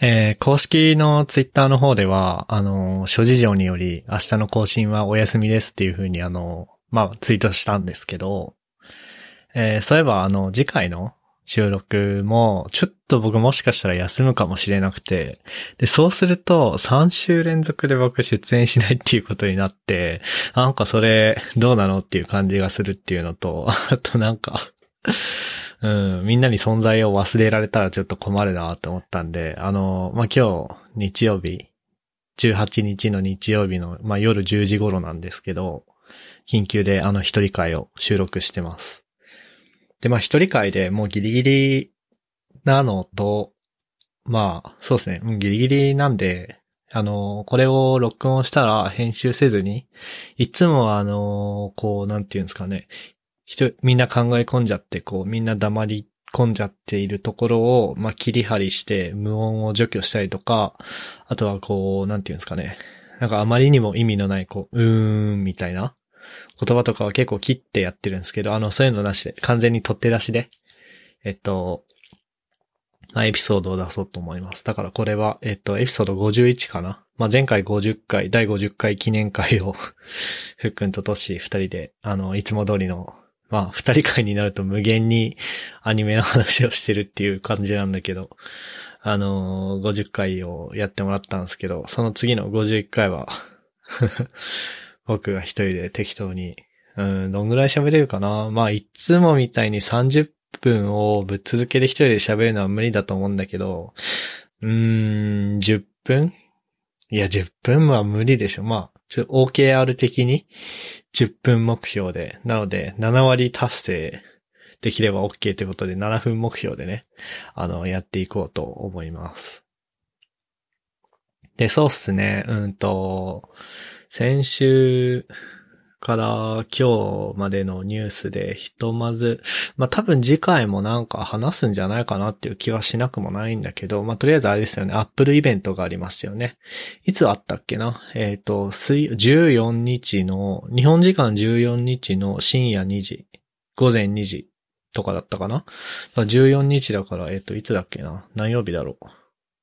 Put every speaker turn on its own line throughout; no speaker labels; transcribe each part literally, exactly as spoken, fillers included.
えー公式のツイッターの方では、あの、諸事情により明日の更新はお休みですっていう風にあの、まあ、ツイートしたんですけど、えーそういえばあの、次回の収録も、ちょっと僕もしかしたら休むかもしれなくて、で、そうするとさん週連続で僕出演しないっていうことになって、なんかそれどうなのっていう感じがするっていうのと、あとなんか、うん、みんなに存在を忘れられたらちょっと困るなと思ったんで、あの、まあ、今日、日曜日、じゅうはちにちの日曜日の、まあ、夜じゅうじ頃なんですけど、緊急であの一人会を収録してます。で、まあ、一人会でもうギリギリなのと、まあ、そうですね、うんギリギリなんで、あの、これを録音したら編集せずに、いつもはあの、こう、なんていうんですかね、人、みんな考え込んじゃって、こう、みんな黙り込んじゃっているところを、まあ、切り張りして無音を除去したりとか、あとはこう、なんていうんですかね。なんかあまりにも意味のない、こう、うーん、みたいな言葉とかは結構切ってやってるんですけど、あの、そういうのなしで、完全に取って出しで、えっと、まあ、エピソードを出そうと思います。だからこれは、えっと、エピソードごじゅういちかな。まあ、前回ごじゅっかい、だいごじゅっかい記念会を、ふっくんとトッシー二人で、あの、いつも通りの、まあ、二人会になると無限にアニメの話をしてるっていう感じなんだけど、あのー、ごじゅっかいをやってもらったんですけど、その次のごじゅういっかいは、僕が一人で適当に、うん、どんぐらい喋れるかな。まあ、いつもみたいにさんじゅっぷんをぶっ続けで一人で喋るのは無理だと思うんだけど、うーん、じゅっぷんいや、じゅっぷんは無理でしょ。まあ、ちょ、オーケーアール 的にじゅっぷん目標で、なので、なな割達成できれば OK ということで、ななふん目標でね、あの、やっていこうと思います。で、そうっすね、うんと、先週から今日までのニュースで、ひとまず、まあ、多分次回もなんか話すんじゃないかなっていう気はしなくもないんだけど、まあ、とりあえずあれですよね、アップルイベントがありましたよね。いつあったっけなえっと、水、じゅうよっかの、日本時間じゅうよっかの深夜にじ、午前にじとかだったかな。だからじゅうよっかだから、えっと、いつだっけな何曜日だろう。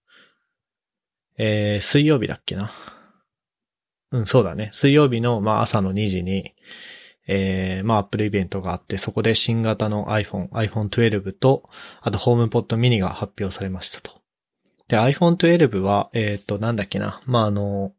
えー、水曜日だっけな。うん、そうだね。水曜日の、まあ、朝のにじに、えー、まあ、アップルイベントがあって、そこで新型の iPhone、アイフォントゥエルブ と、あと、ホームポッドミニが発表されましたと。で、アイフォントゥエルブ は、えっと、なんだっけな。まあ、あの、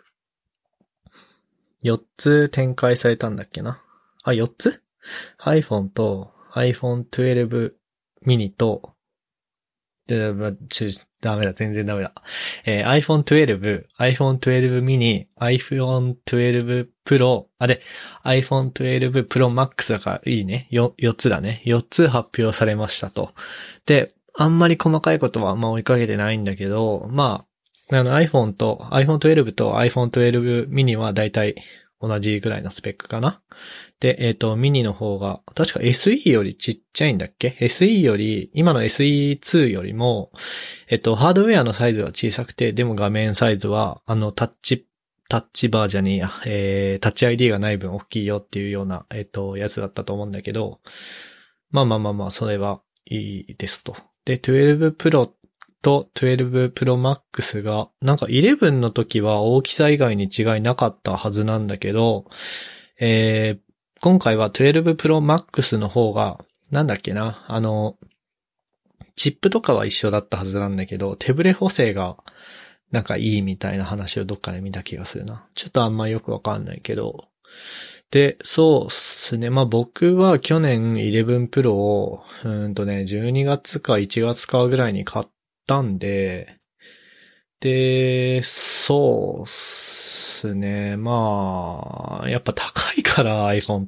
よっつ展開されたんだっけな。あ、よっつ ?iPhone と アイフォントゥエルブ mini と、で、まちょ、ダメだ、全然ダメだ。えー、アイフォントゥエルブ、アイフォントゥエルブ mini、アイフォントゥエルブ Pro、あれ、アイフォントゥエルブ Pro Max だからいいね。よ、よっつだね。よっつ発表されましたと。で、あんまり細かいことはあんま追いかけてないんだけど、まあ、あの iPhone と、アイフォントゥエルブ と アイフォントゥエルブ mini はだいたい同じぐらいのスペックかな。で、えっと、ミニの方が、確か エスイー よりちっちゃいんだっけ ?エスイー より、今の エスイーツー よりも、えっと、ハードウェアのサイズは小さくて、でも画面サイズは、あの、タッチ、タッチバーじゃねえや、えー、タッチ アイディー がない分大きいよっていうような、えっと、やつだったと思うんだけど、まあまあまあまあ、それはいいですと。で、じゅうに Pro とじゅうに Pro Max が、なんかじゅういちの時は大きさ以外に違いなかったはずなんだけど、えー、今回はじゅうに Pro Max の方が、なんだっけな、あの、チップとかは一緒だったはずなんだけど、手ブレ補正がなんかいいみたいな話をどっかで見た気がするな。ちょっとあんまよくわかんないけど。で、そうっすね。まあ僕は去年じゅういち Pro を、うーんとね、じゅうにがつかいちがつかぐらいに買ったんで、で、そうっすね。まあ、やっぱ高いから iPhone って。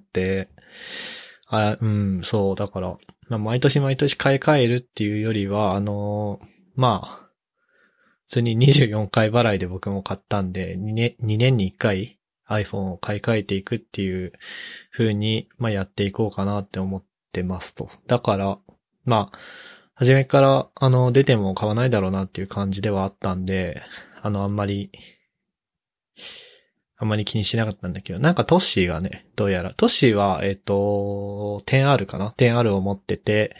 あ、うん、そう、だから、まあ、毎年毎年買い替えるっていうよりは、あの、まあ、普通ににじゅうよんかい払いで僕も買ったんで、にねん、にねんにいっかい iPhone を買い替えていくっていう風に、まあやっていこうかなって思ってますと。だから、まあ、初めから、あの、出ても買わないだろうなっていう感じではあったんで、あの、あんまり、あんまり気にしなかったんだけど、なんかトッシーがね、どうやら、トッシーは、えっと、テンアール かな ?テンアール を持ってて、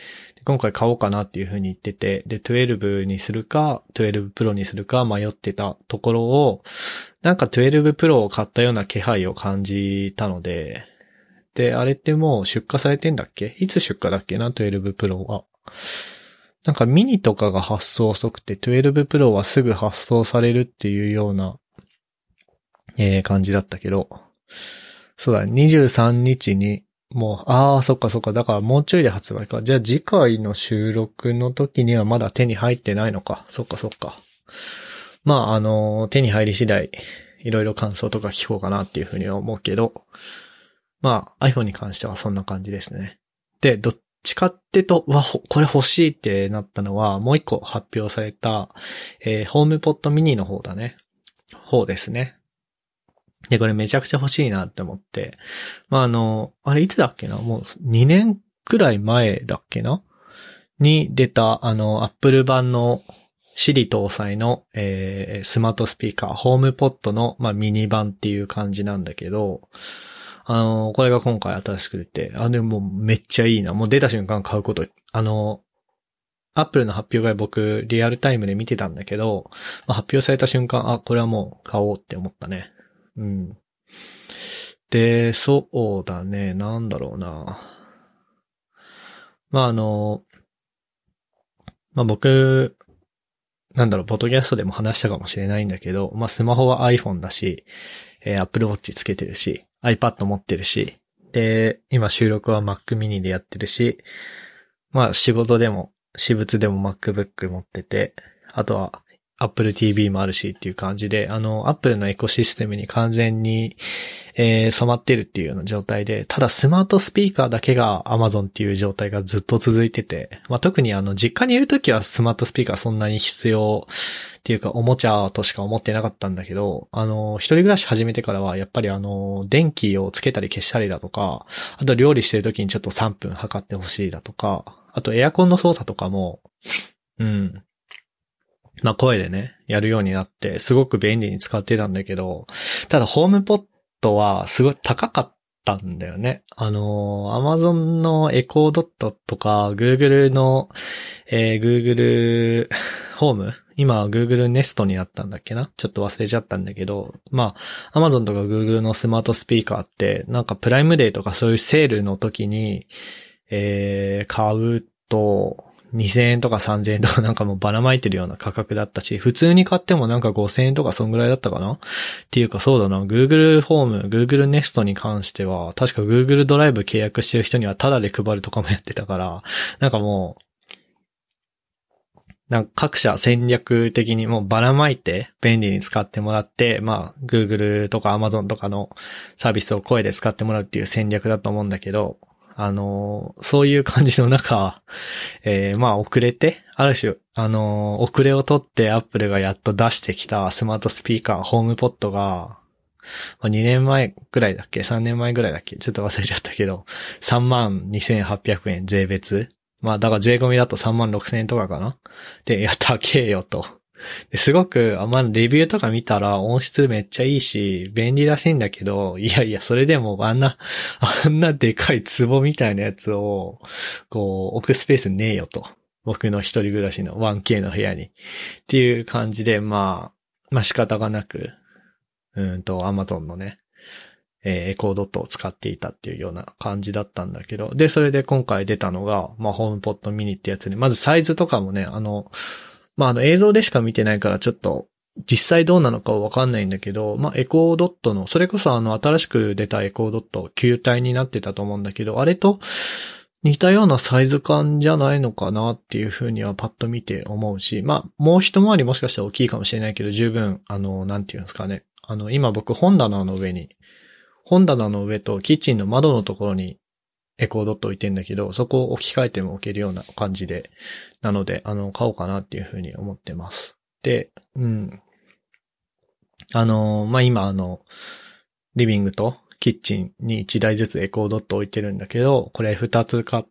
今回買おうかなっていう風に言ってて、で、じゅうににするか、じゅうにプロにするか迷ってたところを、なんかじゅうにプロを買ったような気配を感じたので、で、あれってもう出荷されてんだっけ？いつ出荷だっけな、じゅうにプロは。なんかミニとかが発送遅くて、じゅうにプロはすぐ発送されるっていうような、えー、感じだったけど、そうだ、にじゅうさんにちに、もう、ああ、そっかそっか。だからもうちょいで発売か。じゃあ次回の収録の時にはまだ手に入ってないのか。そっかそっか。まあ、あの、手に入り次第、いろいろ感想とか聞こうかなっていうふうには思うけど、まあ、iPhone に関してはそんな感じですね。で、どっちかってと、うわ、これ欲しいってなったのは、もう一個発表された、えー、ホームポットミニの方だね。方ですね。で、これめちゃくちゃ欲しいなって思って。まあ、あの、あれいつだっけな？もうにねんくらい前だっけなに出た、あの、Apple 版の Siri 搭載の、えー、スマートスピーカー、ホームポットの、まあ、ミニ版っていう感じなんだけど、あの、これが今回新しく出て、あ、でもめっちゃいいな。もう出た瞬間買うこと。あの、Apple の発表会僕リアルタイムで見てたんだけど、まあ、発表された瞬間、あ、これはもう買おうって思ったね。うん。で、そうだね。なんだろうな。まあ、あの、まあ、僕、なんだろう、ポッドキャストでも話したかもしれないんだけど、まあ、スマホは iPhone だし、えー、Apple Watch つけてるし、iPad 持ってるし、で、今収録は Mac mini でやってるし、まあ、仕事でも、私物でも MacBook 持ってて、あとは、Apple ティーブイ もあるしっていう感じで、あの、Apple のエコシステムに完全に、えー、染まってるっていうような状態で、ただスマートスピーカーだけが Amazon っていう状態がずっと続いてて、まあ、特にあの、実家にいるときはスマートスピーカーそんなに必要っていうか、おもちゃとしか思ってなかったんだけど、あの、一人暮らし始めてからは、やっぱりあの、電気をつけたり消したりだとか、あと料理してるときにちょっとさんぷん測ってほしいだとか、あとエアコンの操作とかも、うん。まあ声でね、やるようになって、すごく便利に使ってたんだけど、ただホームポットはすごい高かったんだよね。あの、Amazon のエコードットとか、Google の、えー、Google ホーム今は Google Nest になったんだっけなちょっと忘れちゃったんだけど、まあ、Amazon とか Google のスマートスピーカーって、なんかプライムデーとかそういうセールの時に、えー、買うと、にせんえんとかさんぜんえんとかなんかもうばらまいてるような価格だったし、普通に買ってもなんかごせんえんとかそんぐらいだったかなっていうかそうだな、Google ホーム、Google Nest に関しては、確か Google ドライブ契約してる人にはタダで配るとかもやってたから、なんかもう、なんか各社戦略的にもうばらまいて便利に使ってもらって、まあ Google とか Amazon とかのサービスを声で使ってもらうっていう戦略だと思うんだけど、あの、そういう感じの中、えー、まあ遅れて、ある種、あの、遅れを取ってアップルがやっと出してきたスマートスピーカー、ホームポットが、まあ、にねんまえぐらいだっけ ?さんねんまえぐらいだっけちょっと忘れちゃったけど、さんまんにせんはっぴゃくえん税別。まあだから税込みだとさんまんろくせんえんとかかなで、やったけえよと。すごく、あ、まあ、レビューとか見たら音質めっちゃいいし、便利らしいんだけど、いやいや、それでもあんな、あんなでかい壺みたいなやつを、こう、置くスペースねえよと。僕の一人暮らしの ワンケー の部屋に。っていう感じで、まあ、まあ仕方がなく、うんと、Amazon のね、えー、エコードットを使っていたっていうような感じだったんだけど、で、それで今回出たのが、まあ、ホームポットミニってやつで、まずサイズとかもね、あの、まあ、あの映像でしか見てないからちょっと実際どうなのかはわかんないんだけど、まあ、エコードットの、それこそあの新しく出たエコードット球体になってたと思うんだけど、あれと似たようなサイズ感じゃないのかなっていうふうにはパッと見て思うし、まあ、もう一回りもしかしたら大きいかもしれないけど、十分、あの、なんていうんですかね。あの、今僕本棚の上に、本棚の上とキッチンの窓のところにエコードット置いてんだけど、そこを置き換えても置けるような感じで、なので、あの、買おうかなっていうふうに思ってます。で、うん。あの、まあ、今あの、リビングとキッチンにいちだいずつエコードット置いてるんだけど、これふたつ買って、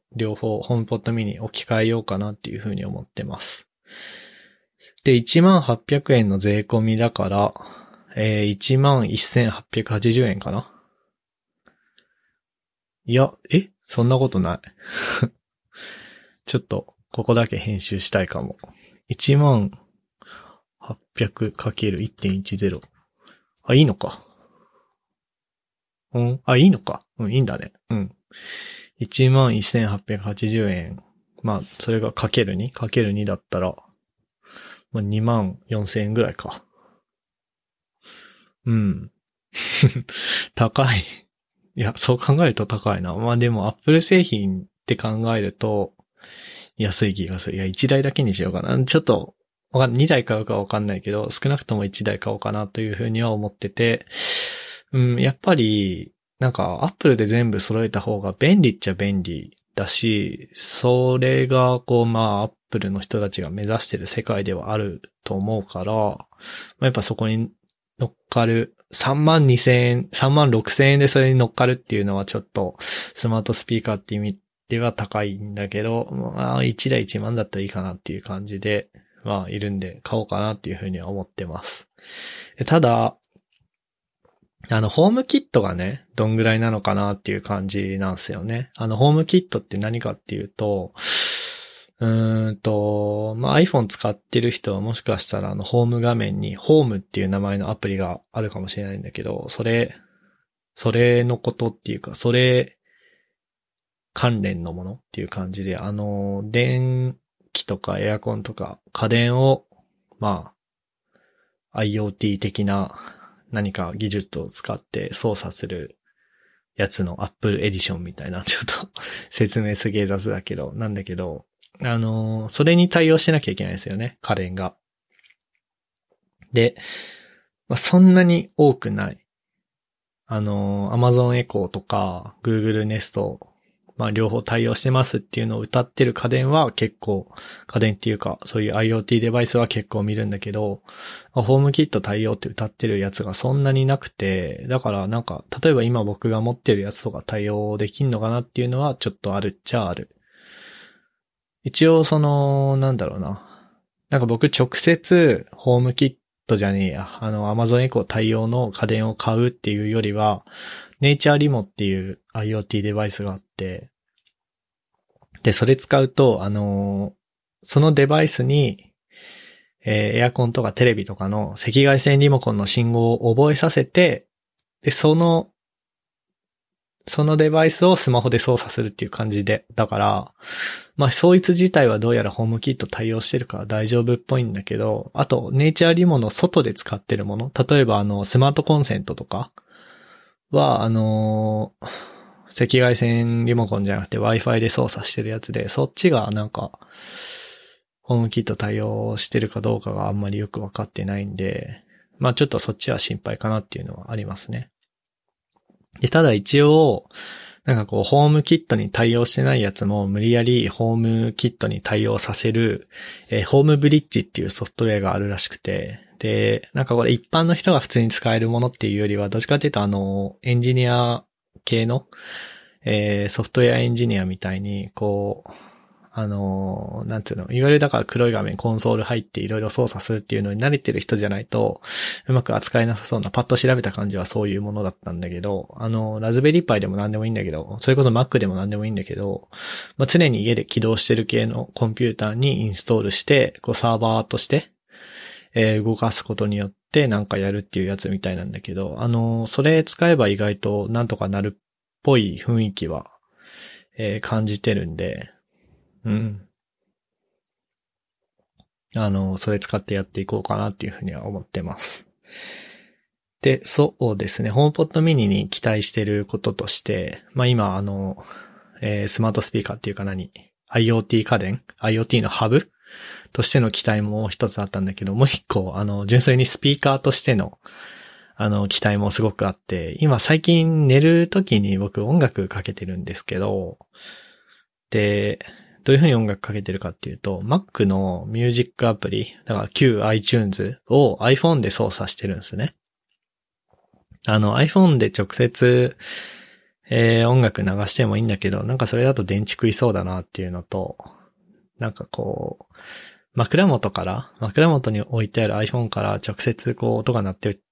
両方ホームポットミニ置き換えようかなっていうふうに思ってます。で、いちまんはっぴゃくえんの税込みだから、えー、いちまんせんはっぴゃくはちじゅうえんかないや、えそんなことない。 ちょっと、ここだけ編集したいかも。いちまんはっぴゃくかけるいってんいちゼロ。あ、いいのか。うん。あ、いいのか。うん、いいんだね。うん。いちまんせんはっぴゃくはちじゅうえん。まあ、それがかけるに、かけるにだったら、まあ、にまんよんせんえんぐらいか。うん。高い。いや、そう考えると高いな。まあでも、Apple 製品って考えると、安い気がする。いや、いちだいだけにしようかな。ちょっと、わかん、にだい買うかわかんないけど、少なくともいちだい買おうかなというふうには思ってて、うん、やっぱり、なんか、Apple で全部揃えた方が便利っちゃ便利だし、それが、こう、まあ、Apple の人たちが目指してる世界ではあると思うから、まあ、やっぱそこに乗っかる、さんまんにせんえん、さんまんろくせんえんでそれに乗っかるっていうのはちょっと、スマートスピーカーっていう意味では高いんだけど、まあ、いちだいいちまんだったらいいかなっていう感じで、まあ、いるんで買おうかなっていうふうには思ってます。ただ、あの、ホームキットがね、どんぐらいなのかなっていう感じなんですよね。あの、ホームキットって何かっていうと、うーんと、まあ、iPhone 使ってる人はもしかしたらあの、ホーム画面にホームっていう名前のアプリがあるかもしれないんだけど、それ、それのことっていうか、それ関連のものっていう感じで、あの、電気とかエアコンとか家電を、まあ、IoT 的な何か技術を使って操作するやつの Apple エディションみたいな、ちょっと説明すげえ雑だけど、なんだけど、あのー、それに対応しなきゃいけないですよね、家電が。で、まあ、そんなに多くない。あのー、Amazon Echo とか Google Nest、まあ両方対応してますっていうのを謳ってる家電は結構、家電っていうか、そういう IoT デバイスは結構見るんだけど、ホームキット対応って謳ってるやつがそんなになくて、だからなんか、例えば今僕が持ってるやつとか対応できんのかなっていうのはちょっとあるっちゃある。一応その、なんだろうな。なんか僕直接ホームキットじゃねえや、あの Amazon Echo 対応の家電を買うっていうよりは、ネイチャーリモっていう IoT デバイスがあって、で、それ使うと、あのー、そのデバイスに、えー、エアコンとかテレビとかの赤外線リモコンの信号を覚えさせて、で、その、そのデバイスをスマホで操作するっていう感じで、だから、まあ、そいつ自体はどうやらホームキット対応してるから大丈夫っぽいんだけど、あと、ネイチャーリモの外で使ってるもの、例えばあの、スマートコンセントとかは、あのー、赤外線リモコンじゃなくて Wi-Fi で操作してるやつで、そっちがなんか、ホームキット対応してるかどうかがあんまりよくわかってないんで、まあちょっとそっちは心配かなっていうのはありますね。で、ただ一応、なんかこう、ホームキットに対応してないやつも無理やりホームキットに対応させる、えー、ホームブリッジっていうソフトウェアがあるらしくて、で、なんかこれ一般の人が普通に使えるものっていうよりは、どっちかっていうとあの、エンジニア系の、えー、ソフトウェアエンジニアみたいに、こう、あのー、なんていうの、いわゆるだから黒い画面コンソール入っていろいろ操作するっていうのに慣れてる人じゃないと、うまく扱えなさそうな、パッと調べた感じはそういうものだったんだけど、あの、ラズベリーパイでも何でもいいんだけど、それこそ Mac でも何でもいいんだけど、まあ、常に家で起動してる系のコンピューターにインストールして、こうサーバーとして、えー、動かすことによってなんかやるっていうやつみたいなんだけど、あの、それ使えば意外となんとかなるっぽい雰囲気は、えー、感じてるんで、うん。あの、それ使ってやっていこうかなっていうふうには思ってます。で、そうですね。ホームポッドミニに期待してることとして、まあ今、あの、えー、スマートスピーカーっていうか何 ?IoT 家電 ?IoT のハブとしての期待も一つあったんだけど、もう一個、あの、純粋にスピーカーとしての、あの、期待もすごくあって、今最近寝るときに僕音楽かけてるんですけど、で、どういう風に音楽かけてるかっていうと、Mac のミュージックアプリ、だから旧 iTunes を iPhone で操作してるんですね。あの iPhone で直接、えー、音楽流してもいいんだけど、なんかそれだと電池食いそうだなっていうのと、なんかこう、枕元から、枕元に置いてある iPhone から直接こう音が鳴って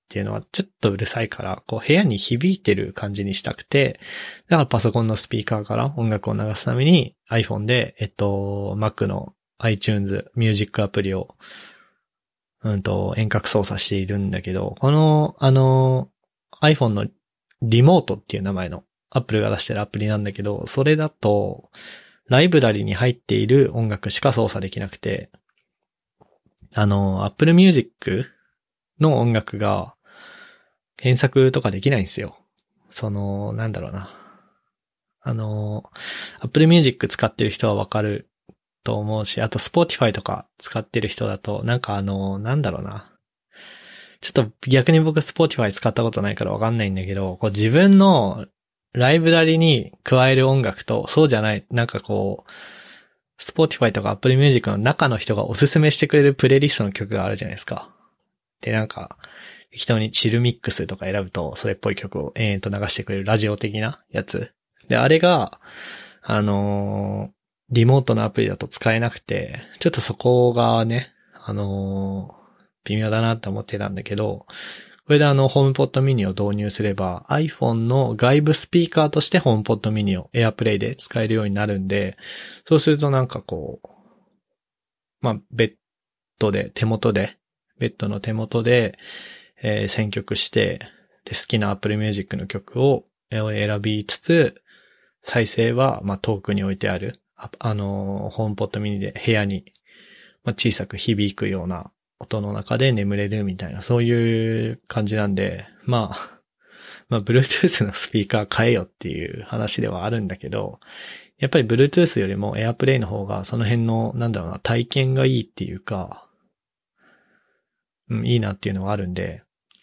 っていうのはちょっとうるさいから、こう部屋に響いてる感じにしたくて、だからパソコンのスピーカーから音楽を流すために iPhone で、えっと、Mac の iTunes ミュージックアプリを、うんと、遠隔操作しているんだけど、この、あの、iPhone のリモートっていう名前の Apple が出してるアプリなんだけど、それだと、ライブラリに入っている音楽しか操作できなくて、あの、Apple Music の音楽が検索とかできないんですよ。その、なんだろうな。あの、Apple Music 使ってる人はわかると思うし、あと Spotify とか使ってる人だと、なんかあの、なんだろうな。ちょっと逆に僕 Spotify 使ったことないからわかんないんだけど、こう自分のライブラリに加える音楽と、そうじゃない、なんかこう、Spotify とか Apple Music の中の人がおすすめしてくれるプレイリストの曲があるじゃないですか。で、なんか、適当にチルミックスとか選ぶと、それっぽい曲を延々と流してくれるラジオ的なやつ。で、あれが、あのー、リモートのアプリだと使えなくて、ちょっとそこがね、あのー、微妙だなって思ってたんだけど、これであの、ホームポッドミニを導入すれば、iPhone の外部スピーカーとしてホームポッドミニを AirPlay で使えるようになるんで、そうするとなんかこう、まあ、ベッドで、手元で、ベッドの手元で、えー、選曲して、で、好きな Apple Music の曲を選びつつ、再生は、まあ、遠くに置いてある、あ、あのー、ホームポッドミニで部屋に、まあ、小さく響くような音の中で眠れるみたいな、そういう感じなんで、まあ、まあ、Bluetooth のスピーカー変えよっていう話ではあるんだけど、やっぱり Bluetooth よりも AirPlay の方がその辺の、なんだろうな、体験がいいっていうか、うん、いいなっていうのはあるんで、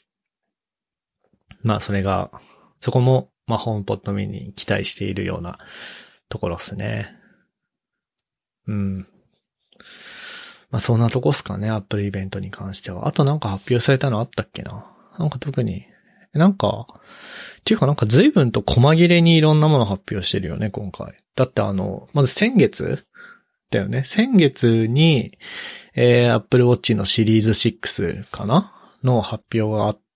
まあ、それが、そこも、まあ、ホームポッドミニに期待しているようなところですね。うん。まあそんなとこっすかね、Apple イベントに関しては。あとなんか発表されたのあったっけな。なんか特に。なんか、っていうかなんか随分と細切れにいろんなもの発表してるよね、今回。だってあの、まず先月だよね。先月に、えー、Apple Watch のシリーズシックスかなの発表があって、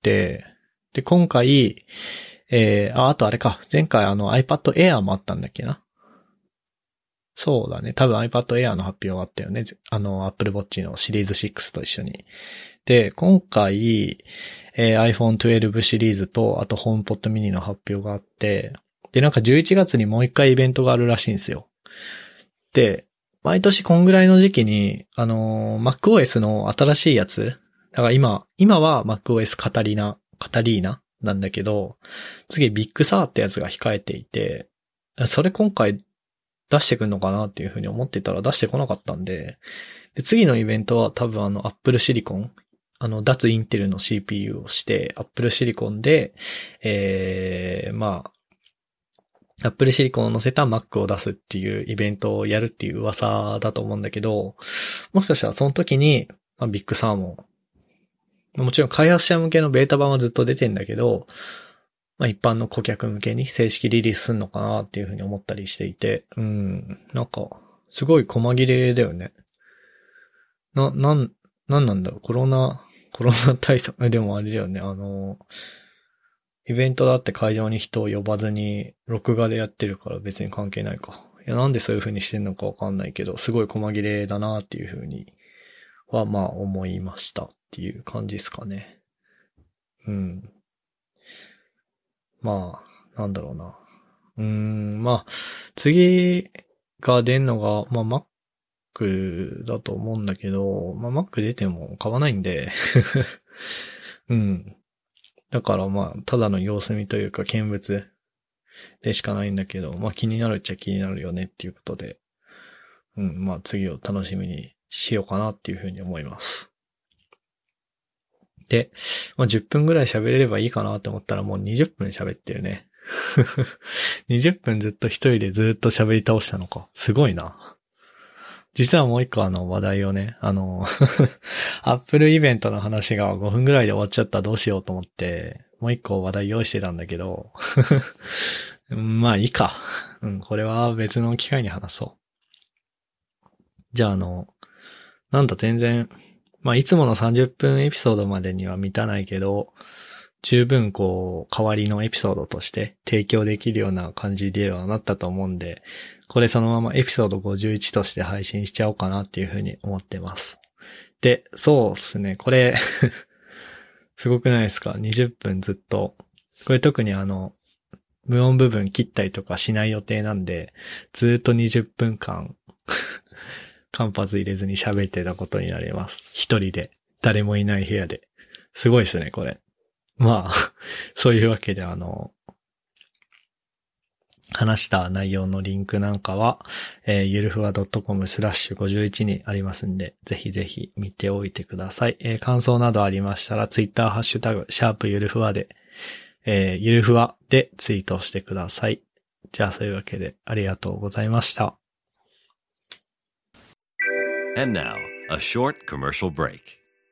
で、今回、えー、あ、あとあれか。前回あの iPad Air もあったんだっけな。そうだね。多分 iPad Air の発表があったよね。あの Apple Watch のシリーズシックスと一緒に。で、今回、えー、iPhone じゅうにシリーズと、あと HomePod mini の発表があって、で、なんかじゅういちがつにもう一回イベントがあるらしいんですよ。で、毎年こんぐらいの時期に、あのー、MacOS の新しいやつ、だから今、今は MacOS カタリナ、カタリーナなんだけど、次ビッグサーってやつが控えていて、それ今回出してくんのかなっていうふうに思ってたら出してこなかったんで、で次のイベントは多分あの Apple Silicon、あの脱インテルの シーピーユー をして Apple Silicon で、えー、まあ、Apple Silicon を乗せた Mac を出すっていうイベントをやるっていう噂だと思うんだけど、もしかしたらその時に、まあ、ビッグサーモン、もちろん開発者向けのベータ版はずっと出てんだけど、まあ一般の顧客向けに正式リリースするのかなっていうふうに思ったりしていて、うん、なんか、すごい細切れだよね。な、なん、なんなんだろう、コロナ、コロナ対策、でもあれだよね、あの、イベントだって会場に人を呼ばずに、録画でやってるから別に関係ないか。いや、なんでそういう風にしてんのかわかんないけど、すごい細切れだなっていう風には、まあ思いましたっていう感じですかね。うん。まあ、なんだろうな。うーん、まあ、次が出んのが、まあ Mac だと思うんだけど、まあ Mac 出ても買わないんで、うん。だからまあ、ただの様子見というか見物でしかないんだけど、まあ気になるっちゃ気になるよねっていうことで、うん、まあ次を楽しみにしようかなっていうふうに思います。で、まあじゅっぷんぐらい喋れればいいかなと思ったらもうにじゅっぷん喋ってるね。にじゅっぷんずっと一人でずっと喋り倒したのか。すごいな。実はもう一個あの話題をね、あの、アップルイベントの話がごふんぐらいで終わっちゃったらどうしようと思って、もう一個話題用意してたんだけど、まあいいか。うん、これは別の機会に話そう。じゃああの、なんだ全然まあいつものさんじゅっぷんエピソードまでには満たないけど、十分こう、代わりのエピソードとして提供できるような感じではなったと思うんで、これそのままエピソードごじゅういちとして配信しちゃおうかなっていうふうに思ってます。で、そうですね、これ、すごくないですか ?にじゅっぷんずっと。これ特にあの、無音部分切ったりとかしない予定なんで、ずっとにじゅっぷんかん、間髪入れずに喋ってたことになります。一人で、誰もいない部屋で。すごいですね、これ。まあ、そういうわけであの、話した内容のリンクなんかは、えー、ゆるふわ .com スラッシュごじゅういちにありますんで、ぜひぜひ見ておいてください。えー、感想などありましたら、ツイッターハッシュタグ、シャープゆるふわで、えー、ゆるふわでツイートしてください。じゃあそういうわけで、ありがとうございました。
And now, a short commercial break.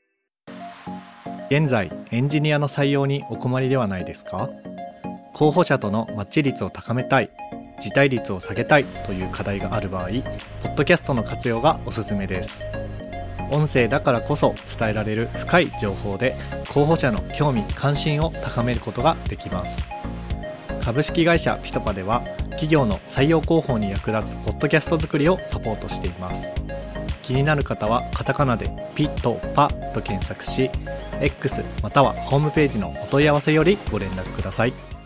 現在、エンジニアの採用にお困りではないですか？候補者とのマッチ率を高めたい、辞退率を下げたいという課題がある場合、ポッドキャストの活用がおすすめです。音声だからこそ伝えられる深い情報で、候補者の興味・関心を高めることができます。株式会社ピトパでは、企業の採用広報に役立つポッドキャスト作りをサポートしています。気になる方はカタカナでピトパと検索し、X またはホームページのお問い合わせよりご連絡ください。